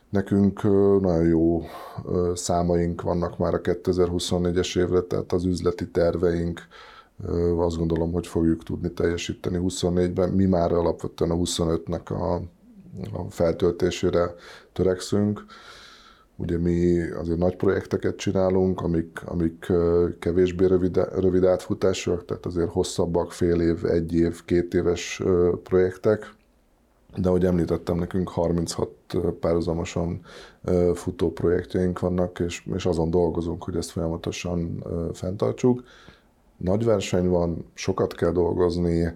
Nekünk nagyon jó számaink vannak már a kétezer-huszonnégyes évre, tehát az üzleti terveink azt gondolom, hogy fogjuk tudni teljesíteni huszonnégyben. Mi már alapvetően a huszonötnek a, a feltöltésére törekszünk. Ugye mi azért nagy projekteket csinálunk, amik, amik kevésbé rövid, rövid átfutásúak, tehát azért hosszabbak, fél év, egy év, két éves projektek. De ahogy említettem, nekünk harminchat párhuzamosan futó projektjeink vannak, és, és azon dolgozunk, hogy ezt folyamatosan fenntartsuk. Nagy verseny van, sokat kell dolgozni,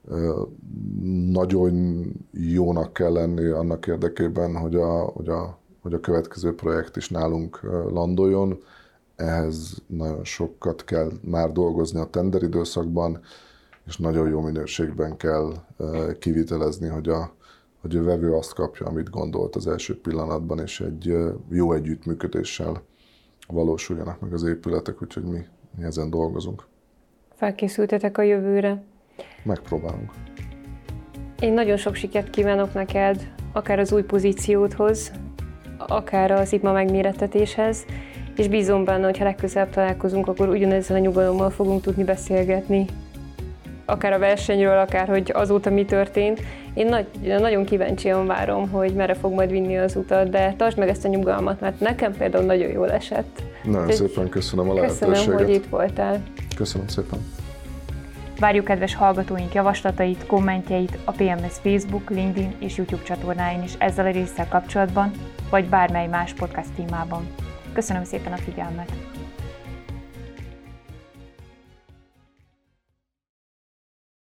nagyon jónak kell lenni annak érdekében, hogy a, hogy a, hogy a következő projekt is nálunk landoljon. Ehhez nagyon sokat kell már dolgozni a tenderidőszakban, és nagyon jó minőségben kell kivitelezni, hogy a, hogy a vevő azt kapja, amit gondolt az első pillanatban, és egy jó együttműködéssel valósuljanak meg az épületek, úgyhogy mi, mi ezen dolgozunk. Felkészültetek a jövőre? Megpróbálunk. Én nagyon sok sikert kívánok neked, akár az új pozíciódhoz, akár az i pé em á megmérettetéshez, és bízom benne, hogy ha legközelebb találkozunk, akkor ugyanezzel a nyugalommal fogunk tudni beszélgetni. Akár a versenyről, akár hogy azóta mi történt. Én nagy, nagyon kíváncsian várom, hogy merre fog majd vinni az utat, de tartsd meg ezt a nyugalmat, mert nekem például nagyon jól esett. Nagyon Úgy szépen köszönöm a lehetőséget. Köszönöm, hogy itt voltál. Köszönöm szépen. Várjuk kedves hallgatóink javaslatait, kommentjeit a pé em es Facebook, LinkedIn és YouTube csatornáin is ezzel a résszel kapcsolatban, vagy bármely más podcast témában. Köszönöm szépen a figyelmet!